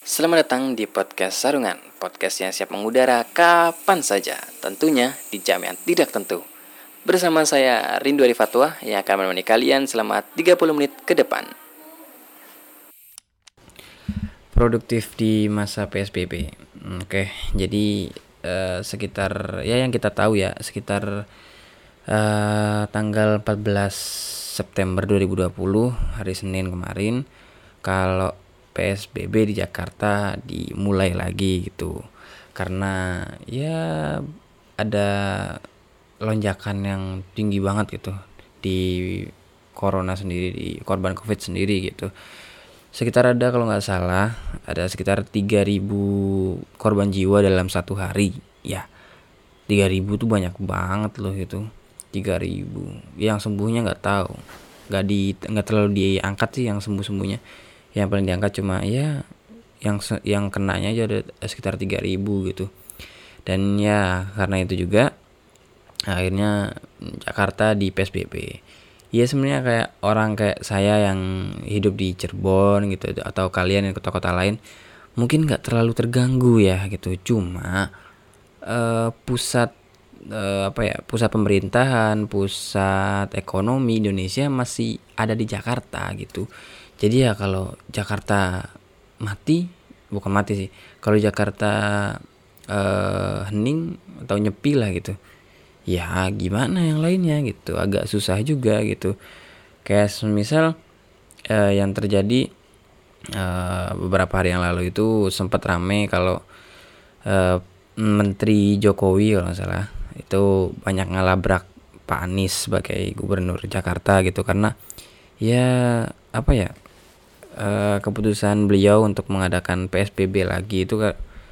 Selamat datang di podcast Sarungan, podcast yang siap mengudara kapan saja, tentunya di jam yang tidak tentu. Bersama saya Rindu Ari Fatwa yang akan menemani kalian selama 30 menit ke depan. Produktif di masa PSBB. Oke, jadi sekitar ya yang kita tahu ya, sekitar tanggal 14 September 2020 hari Senin kemarin, kalau PSBB di Jakarta dimulai lagi gitu. Karena ya ada lonjakan yang tinggi banget gitu di corona sendiri, di korban Covid sendiri gitu. Sekitar ada kalau nggak salah ada sekitar 3.000 korban jiwa dalam satu hari. Ya, 3.000 tuh banyak banget loh itu. 3.000. Yang sembuhnya nggak tahu. Nggak terlalu diangkat sih yang sembuhnya. Yang paling diangkat cuma ya yang kenanya aja ada sekitar 3.000 gitu. Dan ya karena itu juga akhirnya Jakarta di PSBB. Ya sebenarnya kayak orang kayak saya yang hidup di Cirebon gitu, atau kalian yang kota-kota lain mungkin nggak terlalu terganggu ya gitu. Cuma pusat pusat pemerintahan, pusat ekonomi Indonesia masih ada di Jakarta gitu. Jadi ya kalau Jakarta bukan mati sih. Kalau Jakarta hening atau nyepi lah gitu. Ya gimana yang lainnya gitu, agak susah juga gitu. Kayak misal yang terjadi beberapa hari yang lalu itu sempat rame kalau Menteri Jokowi kalau nggak salah itu banyak ngelabrak Pak Anies sebagai gubernur Jakarta gitu, karena ya keputusan beliau untuk mengadakan PSBB lagi itu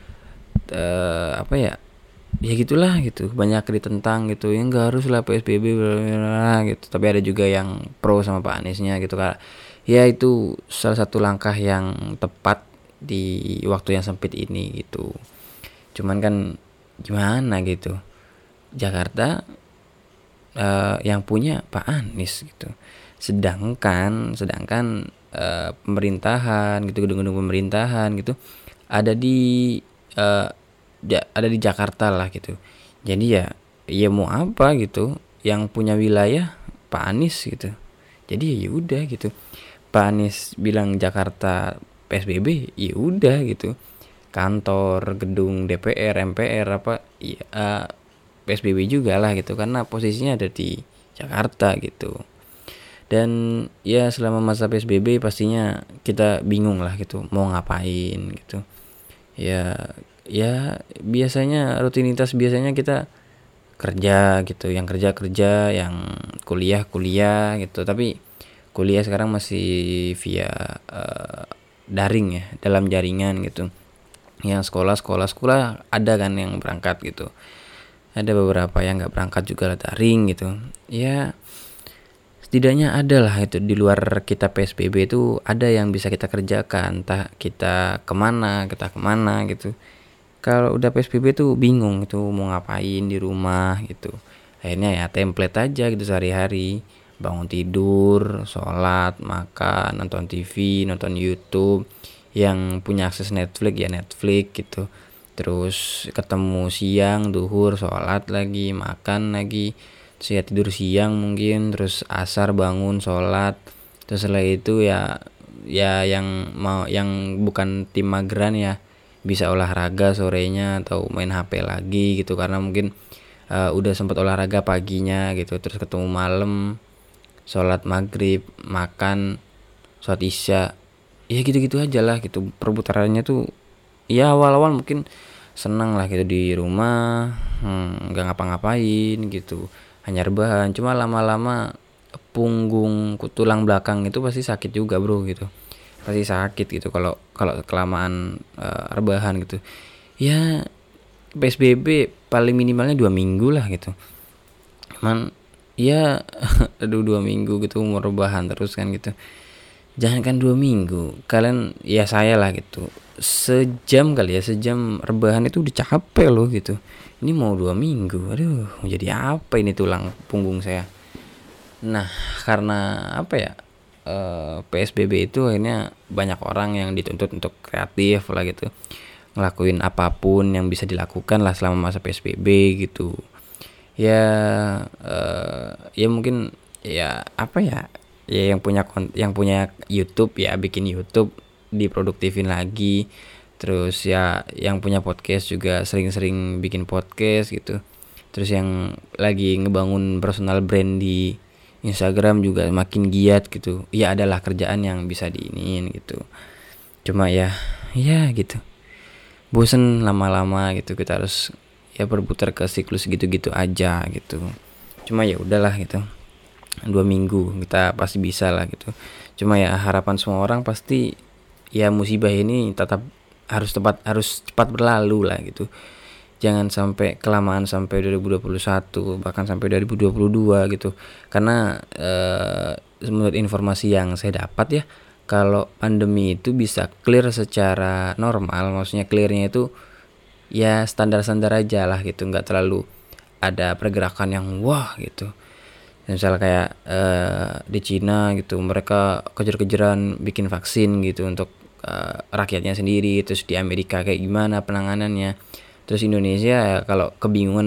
ya gitulah gitu, banyak ditentang gitu, ya nggak harus lah PSBB gitu. Tapi ada juga yang pro sama Pak Aniesnya gitu, kak. Ya itu salah satu langkah yang tepat di waktu yang sempit ini gitu. Cuman kan gimana gitu, Jakarta yang punya Pak Anies gitu, sedangkan pemerintahan gitu, gedung-gedung pemerintahan gitu ada di ada di Jakarta lah gitu. Jadi ya mau apa gitu, yang punya wilayah Pak Anies gitu. Jadi ya udah gitu, Pak Anies bilang Jakarta PSBB, ya udah gitu. Kantor, gedung DPR, MPR ya, PSBB juga lah gitu, karena posisinya ada di Jakarta gitu. Dan ya selama masa PSBB pastinya kita bingung lah gitu mau ngapain gitu. Ya biasanya rutinitas biasanya kita kerja gitu, yang kerja yang kuliah gitu. Tapi kuliah sekarang masih via daring ya, dalam jaringan gitu. Yang sekolah ada kan yang berangkat gitu, ada beberapa yang nggak berangkat juga daring gitu. Ya setidaknya ada lah itu, di luar kita PSBB itu ada yang bisa kita kerjakan, entah kita kemana gitu. Kalau udah PSBB tuh bingung itu mau ngapain di rumah gitu. Akhirnya ya template aja gitu sehari-hari. Bangun tidur, sholat, makan, nonton TV, nonton YouTube. Yang punya akses Netflix ya Netflix gitu. Terus ketemu siang, duhur, sholat lagi, makan lagi. Terus ya tidur siang mungkin, terus asar bangun, sholat. Terus setelah itu ya yang bukan tim mageran ya bisa olahraga sorenya atau main HP lagi gitu, karena mungkin udah sempat olahraga paginya gitu. Terus ketemu malam, sholat maghrib, makan, sholat isya, ya gitu-gitu aja lah gitu perputarannya tuh. Ya awal-awal mungkin senang lah gitu di rumah, nggak ngapa-ngapain gitu, hanya rebahan. Cuma lama-lama punggung tulang belakang itu pasti sakit juga bro gitu, pasti sakit gitu kalau kelamaan rebahan gitu. Ya PSBB paling minimalnya 2 minggu lah gitu. Cuman ya aduh 2 minggu gitu mau rebahan terus kan gitu. Jangankan 2 minggu, kalian ya saya lah gitu, sejam rebahan itu udah capek loh gitu. Ini mau 2 minggu, aduh jadi apa ini tulang punggung saya. Nah karena PSBB itu akhirnya banyak orang yang dituntut untuk kreatif lah gitu, ngelakuin apapun yang bisa dilakukan lah selama masa PSBB gitu. Ya ya mungkin ya apa ya, ya yang punya YouTube ya bikin YouTube diproduktifin lagi. Terus ya yang punya podcast juga sering-sering bikin podcast gitu. Terus yang lagi ngebangun personal brand di Instagram juga makin giat gitu. Ya adalah kerjaan yang bisa diiniin gitu. Cuma ya gitu. Bosen lama-lama gitu, kita harus ya berputar ke siklus gitu-gitu aja gitu. Cuma ya udahlah gitu. 2 minggu kita pasti bisa lah gitu. Cuma ya harapan semua orang pasti ya musibah ini tetap harus cepat berlalu lah gitu. Jangan sampai kelamaan sampai 2021 bahkan sampai 2022 gitu. Karena menurut informasi yang saya dapat ya, kalau pandemi itu bisa clear secara normal, maksudnya clearnya itu ya standar-standar aja lah gitu, nggak terlalu ada pergerakan yang wah gitu. Misalnya kayak di Cina gitu, mereka kejar-kejaran bikin vaksin gitu untuk rakyatnya sendiri. Terus di Amerika kayak gimana penanganannya. Terus Indonesia ya kalau kebingungan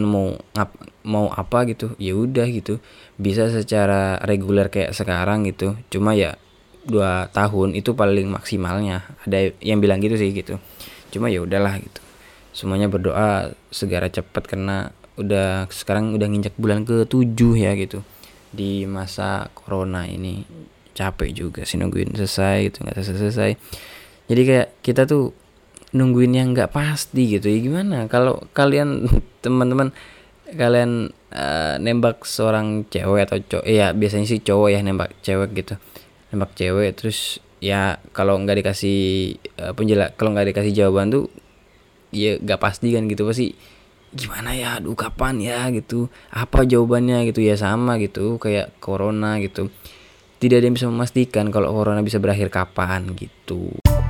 mau apa gitu, ya udah gitu, bisa secara reguler kayak sekarang gitu. Cuma ya 2 tahun itu paling maksimalnya, ada yang bilang gitu sih gitu. Cuma ya udahlah gitu, semuanya berdoa segera cepat karena sekarang udah nginjak bulan ke-7 ya gitu. Di masa corona ini capek juga sih nungguin selesai gitu, nggak selesai. Jadi kayak kita tuh nungguin yang nggak pasti gitu. Ya gimana kalau kalian teman-teman kalian nembak seorang cewek atau cowok, ya biasanya sih cowok ya nembak cewek gitu, nembak cewek terus ya kalau nggak dikasih kalau nggak dikasih jawaban tuh ya nggak pasti kan gitu, pasti gimana ya, aduh kapan ya gitu, apa jawabannya gitu. Ya sama gitu kayak corona gitu, tidak ada yang bisa memastikan kalau corona bisa berakhir kapan gitu.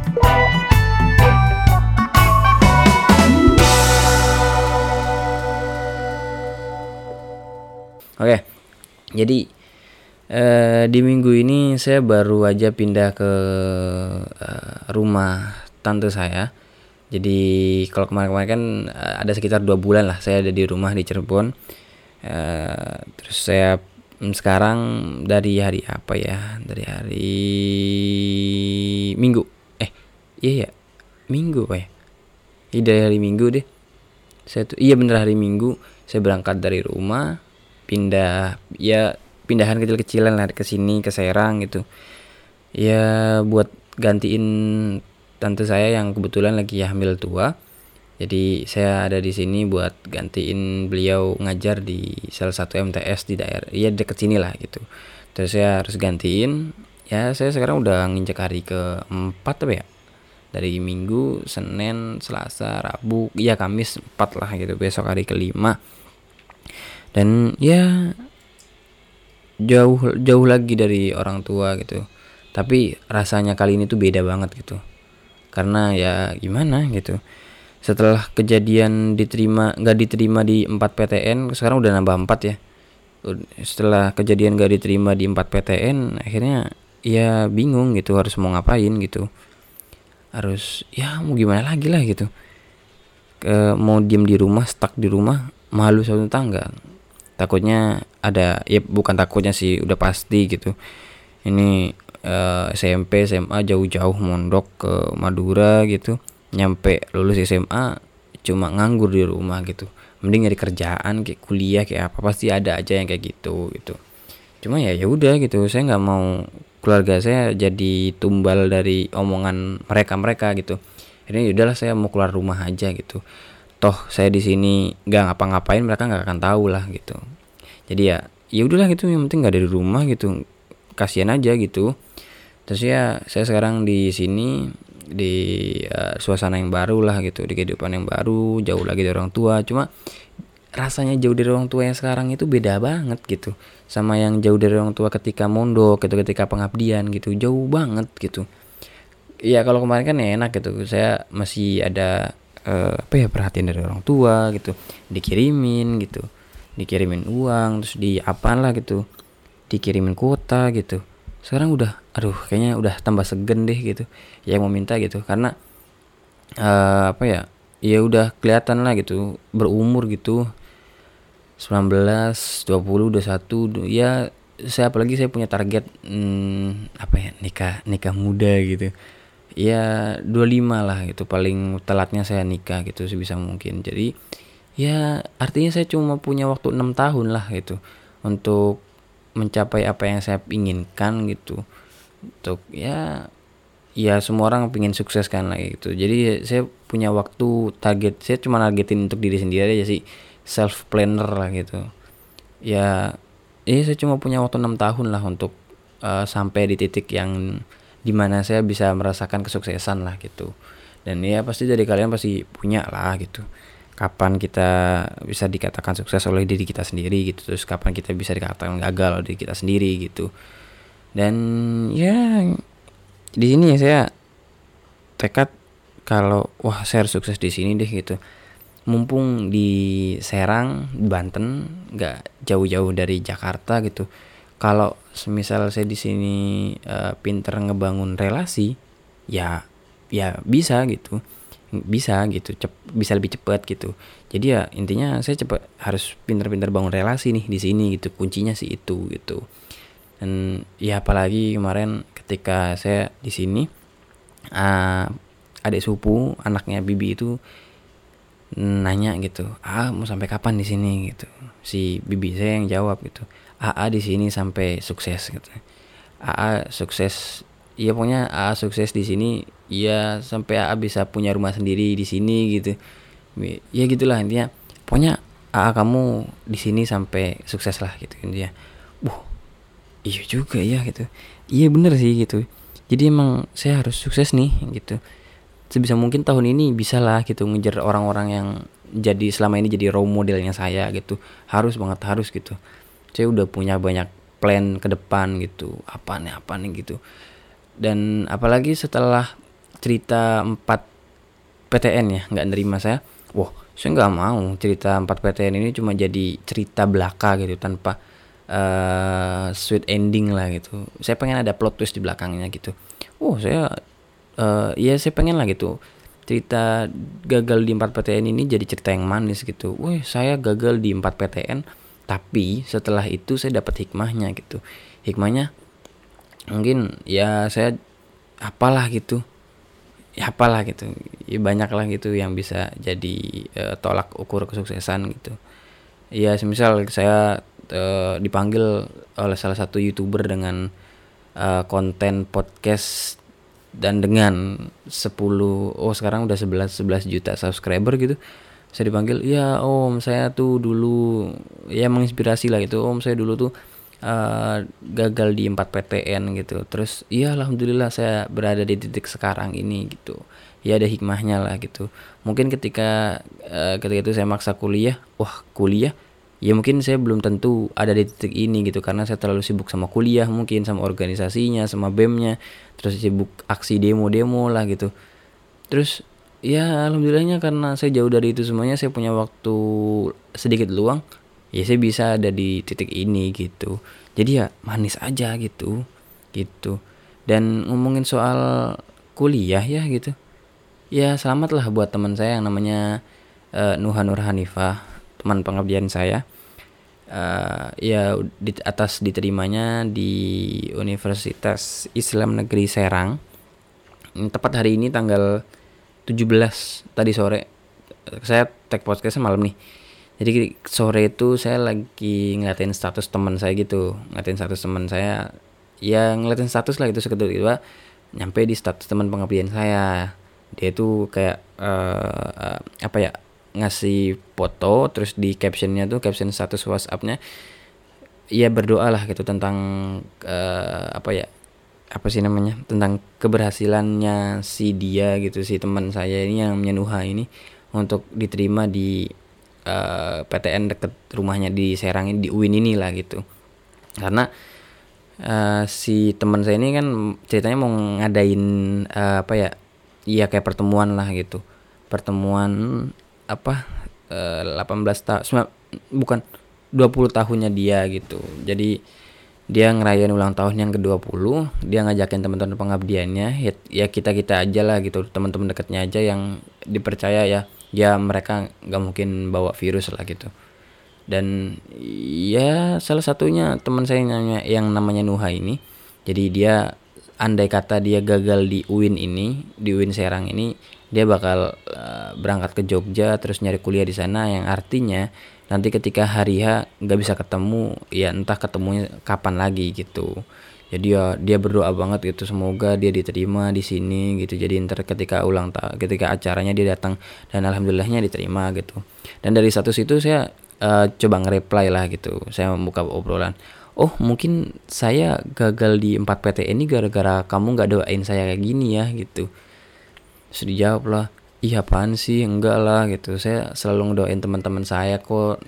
Oke, jadi di minggu ini saya baru aja pindah ke rumah tante saya. Jadi kalau kemarin-kemarin kan ada sekitar 2 bulan lah saya ada di rumah di Cirebon. Terus saya sekarang dari hari apa ya? Dari hari Minggu. Iya ya, Minggu apa ya? Iya dari hari Minggu deh. Iya bener hari Minggu saya berangkat dari rumah, pindahan kecil-kecilan lah ke sini ke Serang gitu. Ya buat gantiin tante saya yang kebetulan lagi hamil tua. Jadi saya ada di sini buat gantiin beliau ngajar di salah satu MTS di daerah, ya deket sini lah gitu. Terus saya harus gantiin. Ya saya sekarang udah nginjek hari ke-4 apa ya? Dari Minggu, Senin, Selasa, Rabu, ya Kamis 4 lah gitu. Besok hari ke-5. Dan ya jauh lagi dari orang tua gitu. Tapi rasanya kali ini tuh beda banget gitu. Karena ya gimana gitu. Setelah kejadian nggak diterima di 4 PTN, sekarang udah nambah 4 ya. Setelah kejadian nggak diterima di 4 PTN, akhirnya ya bingung gitu harus mau ngapain gitu. Harus ya mau gimana lagi lah gitu. Mau diem di rumah, stuck di rumah, malu satu tangga. Takutnya ada, ya bukan takutnya sih, udah pasti gitu. Ini SMP, SMA jauh-jauh mondok ke Madura gitu. Nyampe lulus SMA cuma nganggur di rumah gitu. Mending nyari kerjaan kayak kuliah kayak apa, pasti ada aja yang kayak gitu. Cuma ya udah gitu, saya nggak mau keluarga saya jadi tumbal dari omongan mereka gitu. Ini udahlah saya mau keluar rumah aja gitu. Toh saya di sini nggak ngapa-ngapain, mereka nggak akan tahu lah gitu. Jadi ya udahlah gitu, yang penting nggak ada di rumah gitu, kasihan aja gitu. Terus ya saya sekarang di sini di suasana yang baru lah gitu, di kehidupan yang baru, jauh lagi dari orang tua. Cuma rasanya jauh dari orang tua yang sekarang itu beda banget gitu sama yang jauh dari orang tua ketika mondok gitu, ketika pengabdian gitu, jauh banget gitu. Ya kalau kemarin kan enak gitu, saya masih ada perhatian dari orang tua gitu, dikirimin uang, terus di apaan lah gitu, dikirimin kuota gitu. sekarang udah aduh kayaknya udah tambah segen deh gitu yang mau minta gitu, karena apa ya, ya udah kelihatan lah gitu berumur gitu, 19, 20, 21, ya saya apalagi saya punya target apa ya, nikah muda gitu. Ya 25 lah gitu paling telatnya saya nikah gitu sebisa mungkin. Jadi ya artinya saya cuma punya waktu 6 tahun lah gitu untuk mencapai apa yang saya inginkan gitu. Untuk ya semua orang pengen sukses kan lah gitu. Jadi saya punya waktu, target saya cuma targetin untuk diri sendiri aja sih, self planner lah gitu. Ya saya cuma punya waktu 6 tahun lah untuk sampai di titik yang dimana saya bisa merasakan kesuksesan lah gitu. Dan ya pasti dari kalian pasti punya lah gitu, kapan kita bisa dikatakan sukses oleh diri kita sendiri gitu, terus kapan kita bisa dikatakan gagal oleh diri kita sendiri gitu. Dan ya di sini ya saya tekad kalau wah saya harus sukses di sini deh gitu, mumpung di Serang, Banten, nggak jauh-jauh dari Jakarta gitu. Kalau semisal saya di sini pinter ngebangun relasi, ya bisa gitu, bisa lebih cepat gitu. Jadi ya intinya saya cepat harus pinter-pinter bangun relasi nih di sini gitu, kuncinya sih itu gitu. Dan ya apalagi kemarin ketika saya di sini, adik sepupu anaknya Bibi itu nanya gitu, mau sampai kapan di sini gitu. Si bibi saya yang jawab gitu, di sini sampai sukses gitu. Sukses, iya pokoknya sukses di sini, ya sampai bisa punya rumah sendiri di sini gitu. Ya gitulah intinya. Pokoknya kamu di sini sampai sukses lah gitu intinya. Iya juga ya gitu. Iya bener sih gitu. Jadi emang saya harus sukses nih gitu, sebisa mungkin tahun ini bisa lah gitu ngejar orang-orang yang jadi selama ini jadi role modelnya saya gitu. Harus banget, harus gitu. Saya udah punya banyak plan ke depan gitu, apa nih gitu. Dan apalagi setelah cerita 4 PTN ya nggak nerima saya, saya nggak mau cerita 4 PTN ini cuma jadi cerita belaka gitu tanpa sweet ending lah gitu. Saya pengen ada plot twist di belakangnya gitu. Saya saya pengen lah gitu cerita gagal di 4 PTN ini jadi cerita yang manis gitu. Saya gagal di 4 PTN, tapi setelah itu saya dapat hikmahnya gitu. Hikmahnya mungkin ya saya apalah gitu. Ya banyak lah gitu yang bisa jadi tolak ukur kesuksesan gitu. Ya semisal saya dipanggil oleh salah satu YouTuber dengan konten podcast dan dengan 10 sekarang udah 11 juta subscriber gitu. Saya dipanggil, ya om saya tuh dulu ya menginspirasi lah gitu, om saya dulu tuh gagal di 4 PTN gitu, terus ya alhamdulillah saya berada di titik sekarang ini gitu. Ya ada hikmahnya lah gitu. Mungkin ketika itu saya maksa kuliah, ya mungkin saya belum tentu ada di titik ini gitu, karena saya terlalu sibuk sama kuliah, mungkin sama organisasinya, sama BEM-nya, terus sibuk aksi demo-demo lah gitu. Terus ya alhamdulillahnya karena saya jauh dari itu semuanya, saya punya waktu sedikit luang, ya saya bisa ada di titik ini gitu. Jadi ya manis aja gitu. Dan ngomongin soal kuliah ya gitu, ya selamat lah buat teman saya yang namanya Nuha Nur Hanifah, teman pengabdian saya. Ya di atas diterimanya di Universitas Islam Negeri Serang, tepat hari ini tanggal 17 tadi sore. Saya tag podcastnya malam nih, jadi sore itu saya lagi ngeliatin status teman saya gitu, ya ngeliatin status lah itu, sekedar tiba nyampe di status teman pengabdian saya. Dia tuh kayak apa ya, ngasih foto, terus di caption status WhatsApp-nya ya berdoa lah gitu tentang apa sih namanya, tentang keberhasilannya si dia gitu, si teman saya ini yang namanya Nuha ini, untuk diterima di PTN deket rumahnya di Serang ini, di UIN ini lah gitu. Karena si teman saya ini kan ceritanya mau ngadain kayak pertemuan lah gitu, pertemuan 18 tahun bukan 20 tahunnya dia gitu. Jadi Dia ngerayain ulang tahun yang ke-20, dia ngajakin teman-teman pengabdiannya, ya kita-kita aja lah gitu, teman-teman dekatnya aja yang dipercaya ya. Ya mereka nggak mungkin bawa virus lah gitu. Dan ya salah satunya teman saya yang namanya Nuha ini. Jadi dia andai kata dia gagal di UIN ini, di UIN Serang ini, dia bakal berangkat ke Jogja terus nyari kuliah di sana, yang artinya nanti ketika hari H nggak bisa ketemu, ya entah ketemunya kapan lagi gitu. Jadi ya dia berdoa banget gitu, semoga dia diterima di sini gitu. Jadi ntar ketika ketika acaranya dia datang, dan alhamdulillahnya diterima gitu. Dan dari status itu saya coba nge-reply lah gitu. Saya membuka obrolan. Oh mungkin saya gagal di 4 PT ini gara-gara kamu nggak doain saya kayak gini ya gitu. Terus dijawab lah, iya apaan sih, enggak lah gitu, saya selalu ngedoain teman-teman saya kok,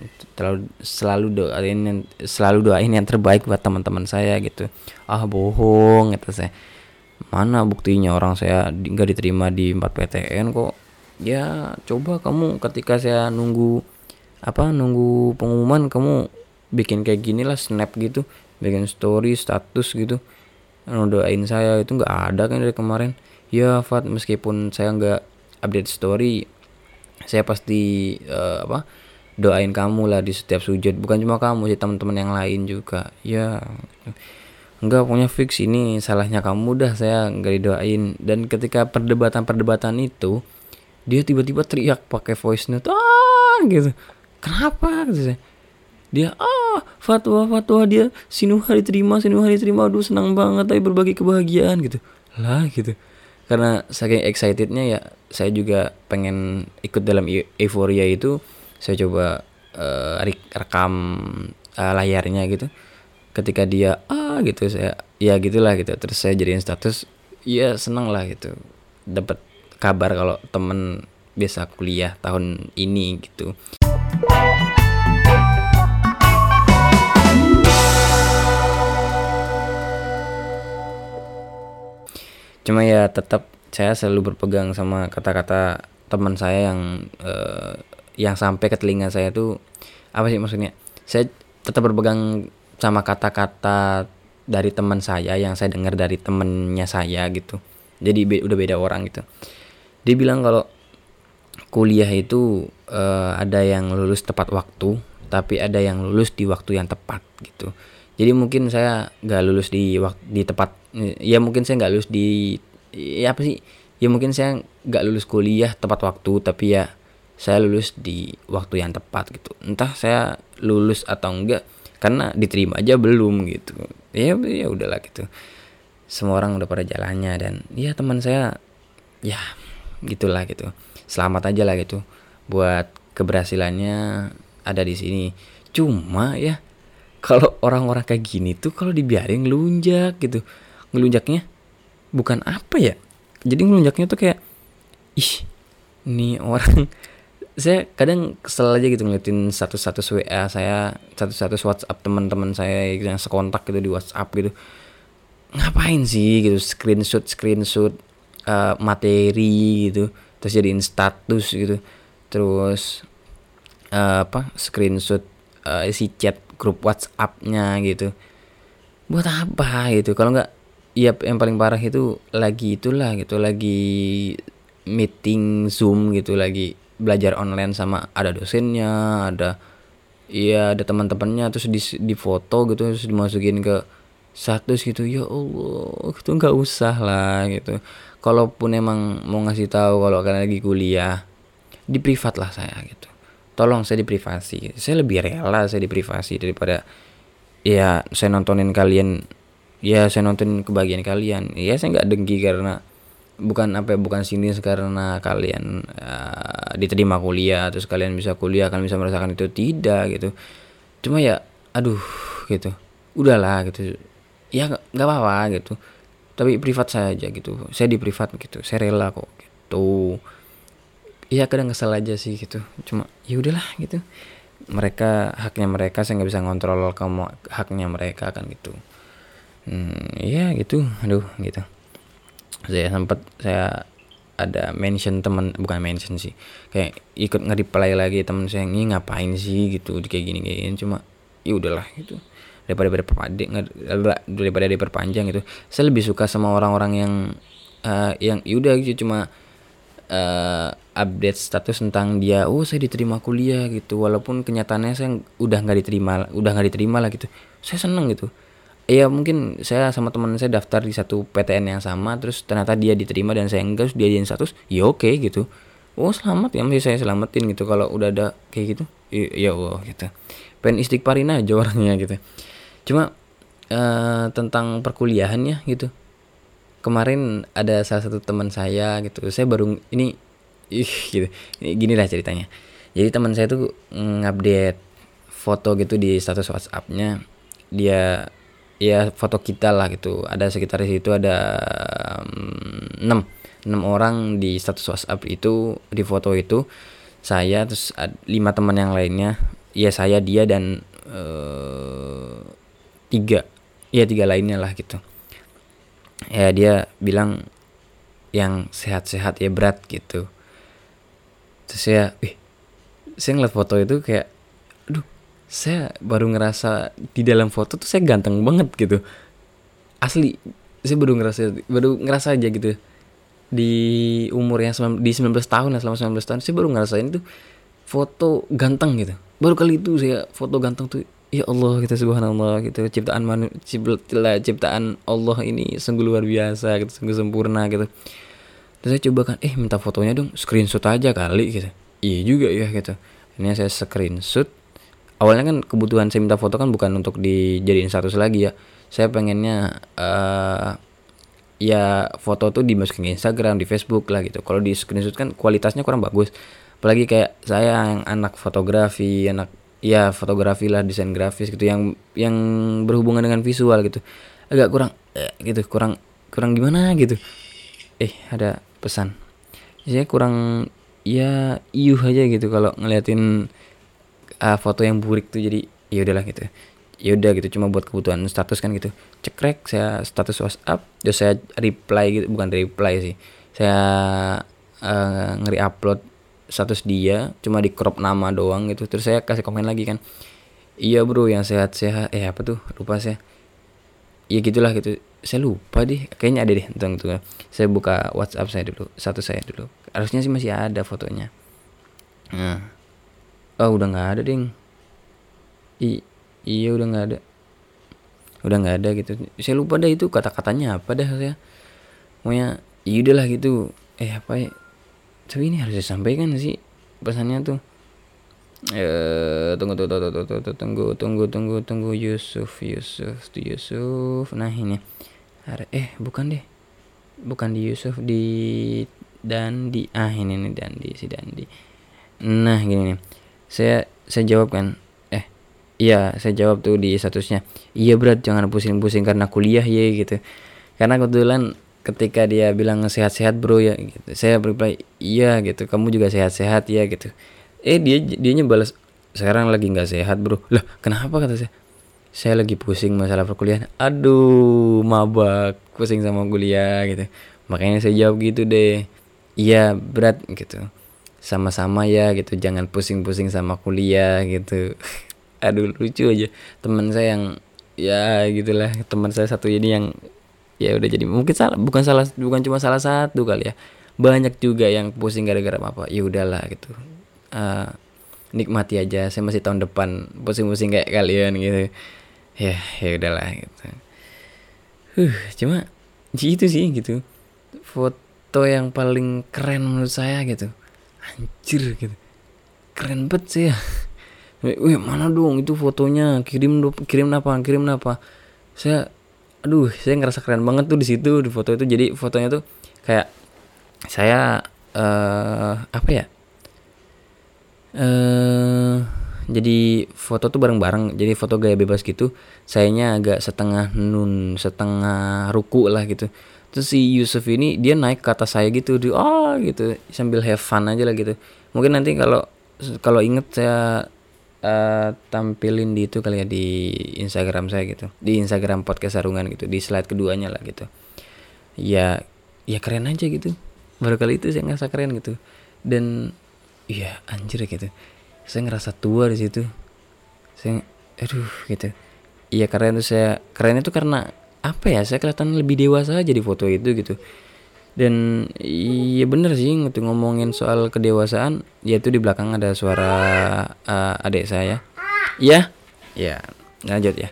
selalu doain yang terbaik buat teman-teman saya gitu. Ah bohong kata saya, mana buktinya orang saya nggak diterima di 4 PTN kok. Ya coba kamu ketika saya nunggu pengumuman, kamu bikin kayak gini lah, snap gitu, bikin story status gitu, doain saya, itu nggak ada kan dari kemarin. Ya Fat, meskipun saya nggak update story, saya pasti doain kamu lah di setiap sujud, bukan cuma kamu sih, teman-teman yang lain juga. Ya enggak, punya fix ini salahnya kamu dah, saya nggak didoain. Dan ketika perdebatan itu, dia tiba-tiba teriak pakai voice note gitu, kenapa gitu saya. Dia fatwa dia Sinuha diterima, aduh senang banget, tapi berbagi kebahagiaan gitu lah gitu. Karena saking excitednya ya, saya juga pengen ikut dalam euforia itu. Saya coba rekam layarnya gitu. Ketika dia gitu, saya ya gitulah gitu, terus saya jadiin status. Ya seneng lah gitu, dapat kabar kalau temen biasa kuliah tahun ini gitu. Cuma ya tetap saya selalu berpegang sama kata-kata teman saya yang sampai ke telinga saya tuh, apa sih maksudnya, saya tetap berpegang sama kata-kata dari teman saya yang saya dengar dari temennya saya gitu. Jadi udah beda orang gitu. Dia bilang kalau kuliah itu ada yang lulus tepat waktu, tapi ada yang lulus di waktu yang tepat gitu. Jadi mungkin saya nggak lulus di tepat, ya mungkin saya nggak lulus ya apa sih, ya mungkin saya nggak lulus kuliah tepat waktu, tapi ya saya lulus di waktu yang tepat gitu. Entah saya lulus atau enggak, karena diterima aja belum gitu. Ya udahlah gitu, semua orang udah pada jalannya. Dan ya teman saya ya gitulah gitu, selamat aja lah gitu buat keberhasilannya ada di sini. Cuma ya kalau orang-orang kayak gini tuh kalau dibiarin ngelunjak gitu, ngelunjaknya bukan apa ya, jadi ngelunjaknya tuh kayak nih orang. Saya kadang kesel aja gitu ngeliatin status WA saya, status WhatsApp teman-teman saya yang sekontak gitu di WhatsApp gitu. Ngapain sih gitu, screenshot materi gitu, terus jadiin status gitu, terus screenshot isi chat grup WhatsApp-nya gitu. Buat apa gitu? Kalau nggak, ya yang paling parah itu lagi meeting Zoom gitu, lagi belajar online sama ada dosennya, ada teman-temannya, terus di foto gitu, terus dimasukin ke status gitu. Ya Allah, itu nggak usah lah gitu. Kalaupun emang mau ngasih tahu kalau kalian lagi kuliah, di privat lah saya gitu. Tolong saya di privasi. Saya lebih rela saya di privasi daripada ya saya nontonin kalian, ya saya nonton kebahagiaan kalian. Ya saya nggak dengki karena bukan sinis karena kalian diterima kuliah, terus kalian bisa kuliah, kalian bisa merasakan itu, tidak gitu. Cuma ya aduh gitu, udahlah gitu ya, nggak apa-apa gitu, tapi privat saya aja gitu, saya di privat gitu, saya rela kok gitu. Iya kadang kesel aja sih gitu, cuma ya udahlah gitu, haknya mereka, saya nggak bisa ngontrol kamu haknya mereka kan gitu. Iya gitu, aduh gitu. Saya ada mention teman, bukan mention sih, kayak ikut nge-reply lagi teman saya, ini ngapain sih gitu kayak gini. Cuma ya udahlah gitu, daripada diperpanjang gitu. Saya lebih suka sama orang-orang yang yaudah gitu, cuma update status tentang dia, oh saya diterima kuliah gitu, walaupun kenyataannya saya udah nggak diterima lah gitu. Saya seneng gitu. Ya mungkin saya sama teman saya daftar di satu PTN yang sama, terus ternyata dia diterima dan saya enggak, terus dia jadiin status, ya oke gitu. Oh selamat ya, masih saya selamatin gitu kalau udah ada kayak gitu. Ya Allah gitu. Pengen istighfarin aja orangnya gitu. Cuma tentang perkuliahannya gitu. Kemarin ada salah satu teman saya gitu. Saya baru ini gitu. Gini lah ceritanya. Jadi teman saya tuh ngupdate foto gitu di status WhatsApp-nya. Dia ya foto kita lah gitu. Ada sekitar di situ ada 6 orang di status WhatsApp itu, di foto itu. Saya terus 5 teman yang lainnya. Ya saya, dia dan 3 lainnya lah gitu. Ya dia bilang yang sehat-sehat ya berat gitu. Terus saya ngeliat foto itu kayak, aduh, saya baru ngerasa di dalam foto tuh saya ganteng banget gitu. Asli, saya baru ngerasa aja gitu. Di umur yang di 19 tahun lah, selama 19 tahun saya baru ngerasain itu foto ganteng gitu. Baru kali itu saya foto ganteng tuh, ya Allah gitu, subhanallah gitu. Ciptaan Allah ini sungguh luar biasa gitu, sungguh sempurna gitu. Terus saya coba kan, minta fotonya dong, screenshot aja kali gitu. Iya juga ya gitu. Ini saya screenshot. Awalnya kan kebutuhan saya minta foto kan bukan untuk dijadiin status lagi ya. Saya pengennya ya foto tuh dimasukin ke Instagram, di Facebook lah gitu. Kalau di screenshot kan kualitasnya kurang bagus. Apalagi kayak saya yang anak fotografi lah, desain grafis gitu, yang berhubungan dengan visual gitu. Agak kurang gitu, kurang gimana gitu. Ada pesan. Saya kurang ya aja gitu kalau ngeliatin foto yang burik tuh, jadi ya udahlah gitu. Ya udah gitu, cuma buat kebutuhan status kan gitu. Cekrek saya status WhatsApp, terus saya reply gitu, bukan reply sih. Saya ngeri-upload status dia, cuma di crop nama doang gitu. Terus saya kasih komen lagi kan. Iya bro, yang sehat-sehat. Apa tuh? Lupa saya. Ya gitulah gitu. Saya lupa deh. Kayaknya ada deh tentang itu. Saya buka WhatsApp saya dulu, status saya dulu. Harusnya sih masih ada fotonya. Nah. Oh, udah enggak ada, Ding. Iya udah nggak ada gitu. Saya lupa dah itu kata-katanya apa dah saya. Pokoknya yaudah lah gitu. Apa ya, tapi ini harus disampaikan sih pesannya tuh. Tunggu Yusuf. Nah ini bukan deh, bukan di Yusuf, di Dandi. Ini nih Dandi, si Dandi. Nah gini nih, saya jawab kan. Iya, saya jawab tuh di statusnya. Iya berat, jangan pusing-pusing karena kuliah ya gitu. Karena kebetulan ketika dia bilang sehat-sehat bro ya gitu, saya reply iya gitu, kamu juga sehat-sehat ya gitu. Dianya balas, sekarang lagi nggak sehat bro. Lah kenapa, kata saya lagi pusing masalah perkuliahan. Aduh, mabak pusing sama kuliah gitu. Makanya saya jawab gitu deh, iya berat gitu, sama-sama ya gitu, jangan pusing-pusing sama kuliah gitu. Aduh lucu aja teman saya yang ya gitulah, teman saya satu ini yang ya udah jadi mungkin bukan cuma salah satu kali ya, banyak juga yang pusing gara-gara apa. Ya udahlah gitu, nikmati aja, saya masih tahun depan pusing-pusing kayak kalian gitu. Ya udahlah gitu. Cuma gitu sih gitu, foto yang paling keren menurut saya gitu, anjir gitu, keren banget sih ya. Mana dong itu fotonya, kirim apa. Saya ngerasa keren banget tuh di situ, di foto itu. Jadi fotonya tuh kayak saya apa ya, jadi foto tuh bareng-bareng, jadi foto gaya bebas gitu. Sayanya agak setengah ruku lah gitu. Terus si Yusuf ini dia naik ke atas saya gitu, gitu sambil have fun aja lah gitu. Mungkin nanti kalau inget saya tampilin di itu kali ya, di Instagram saya gitu, di Instagram podcast Sarungan gitu, di slide keduanya lah gitu. Ya keren aja gitu, baru kali itu saya ngerasa keren gitu. Dan iya anjir gitu, saya ngerasa tua di situ. Saya gitu, iya keren tuh, saya keren itu karena apa ya, saya kelihatan lebih dewasa aja di foto itu gitu. Dan iya bener sih gitu, ngomongin soal kedewasaan, yaitu di belakang ada suara adik saya. Iya, ya lanjut ya.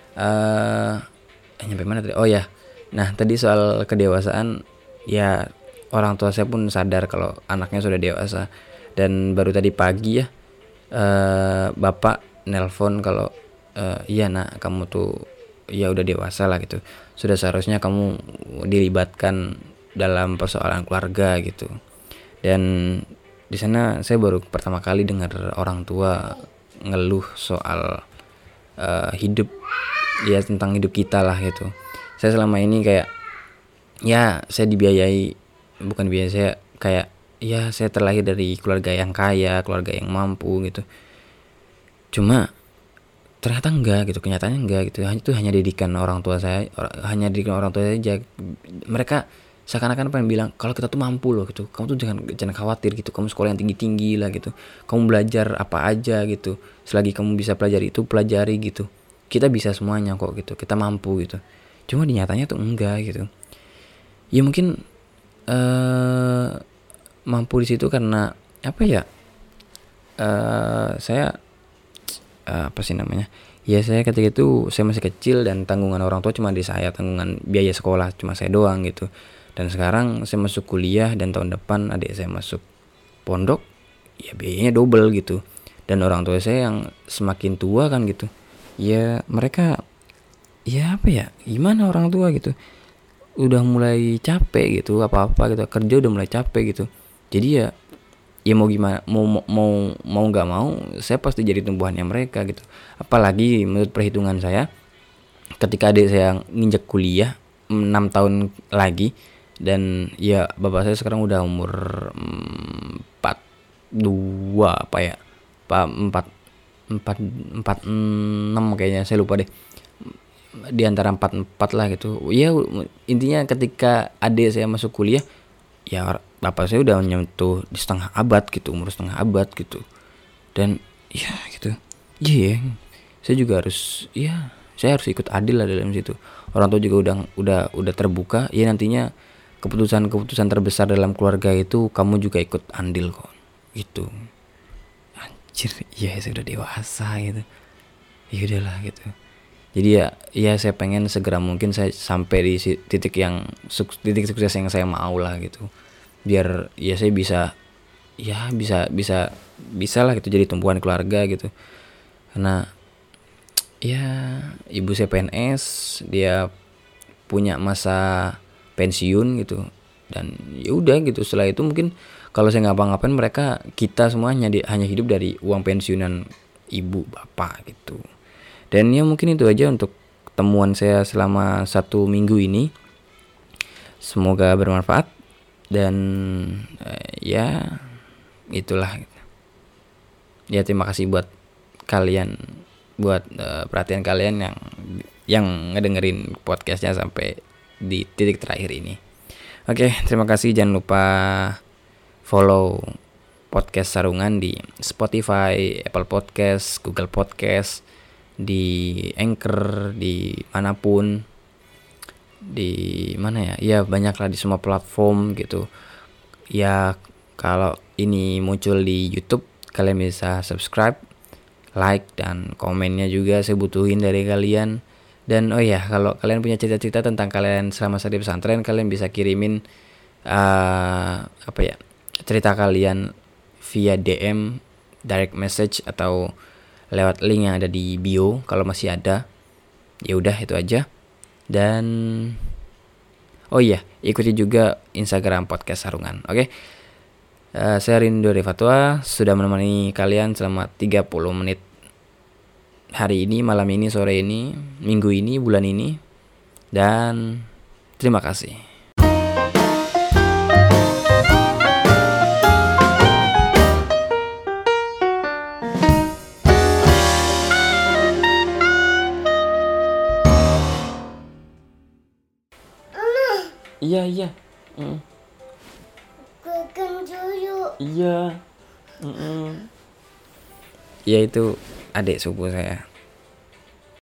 Nyampe mana tadi? Oh ya, nah tadi soal kedewasaan, ya orang tua saya pun sadar kalau anaknya sudah dewasa. Dan baru tadi pagi ya, bapak nelpon kalau iya nak, kamu tuh ya udah dewasa lah gitu, sudah seharusnya kamu dilibatkan dalam persoalan keluarga gitu. Dan di sana saya baru pertama kali dengar orang tua ngeluh soal hidup, ya tentang hidup kita lah gitu. Saya selama ini kayak, ya saya dibiayai, bukan biaya, saya kayak, ya saya terlahir dari keluarga yang kaya, keluarga yang mampu gitu. Cuma ternyata enggak gitu, kenyataannya enggak gitu. Itu hanya didikan orang tua saya, hanya didikan orang tua saya aja. Mereka seakan-akan pengen bilang kalau kita tuh mampu loh gitu, kamu tuh jangan khawatir gitu, kamu sekolah yang tinggi lah gitu, kamu belajar apa aja gitu, selagi kamu bisa pelajari itu pelajari gitu, kita bisa semuanya kok gitu, kita mampu gitu. Cuma di nyatanya tuh enggak gitu. Ya mungkin mampu di situ karena apa ya, saya apa sih namanya, ya saya ketika itu saya masih kecil dan tanggungan orang tua cuma di saya, tanggungan biaya sekolah cuma saya doang gitu. Dan sekarang saya masuk kuliah dan tahun depan adik saya masuk pondok, ya biayanya double gitu. Dan orang tua saya yang semakin tua kan gitu, ya mereka, ya apa ya, gimana orang tua gitu, udah mulai capek gitu, apa-apa gitu, kerja udah mulai capek gitu. Jadi ya mau gimana, mau nggak mau saya pasti jadi tumbuhannya mereka gitu. Apalagi menurut perhitungan saya, ketika adik saya nginjek kuliah 6 tahun lagi, dan ya bapak saya sekarang udah umur 42 apa ya, 46 kayaknya, saya lupa deh, di antara 44 lah gitu ya. Intinya ketika adik saya masuk kuliah, ya bapak saya udah nyentuh di setengah abad gitu, umur setengah abad gitu. Dan ya gitu, iya yeah, saya juga harus, ya saya harus ikut adil lah dalam situ. Orang tua juga udah terbuka, ya nantinya keputusan terbesar dalam keluarga itu kamu juga ikut andil kok gitu. Anjir, iya saya udah dewasa gitu, ya udahlah gitu. Jadi ya saya pengen segera mungkin saya sampai di titik sukses yang saya mau lah gitu, biar ya saya bisa, ya bisa lah gitu jadi tumpuan keluarga gitu. Karena ya ibu saya PNS, dia punya masa pensiun gitu. Dan ya udah gitu, setelah itu mungkin kalau saya ngapa-ngapain, kita semuanya hanya hidup dari uang pensiunan ibu bapak gitu. Dan ya mungkin itu aja untuk temuan saya selama 1 minggu ini, semoga bermanfaat. Dan ya itulah. Ya terima kasih buat kalian, buat perhatian kalian yang ngedengerin podcastnya sampai di titik terakhir ini. Oke, terima kasih. Jangan lupa follow podcast Sarungan di Spotify, Apple Podcast, Google Podcast, di Anchor, di manapun, di mana ya, ya banyak lah, di semua platform gitu. Ya kalau ini muncul di YouTube, kalian bisa subscribe, like, dan komennya juga saya butuhin dari kalian. Dan oh ya, kalau kalian punya cerita-cerita tentang kalian selama saya di pesantren, kalian bisa kirimin apa ya, cerita kalian via DM, direct message, atau lewat link yang ada di bio kalau masih ada. Ya udah itu aja. Dan oh iya, ikuti juga Instagram podcast Sarungan. Oke. Saya Rindu dari Fatwa, sudah menemani kalian selama 30 menit hari ini, malam ini, sore ini, minggu ini, bulan ini. Dan terima kasih. Iya. Iya. Ya itu adik sepupu saya.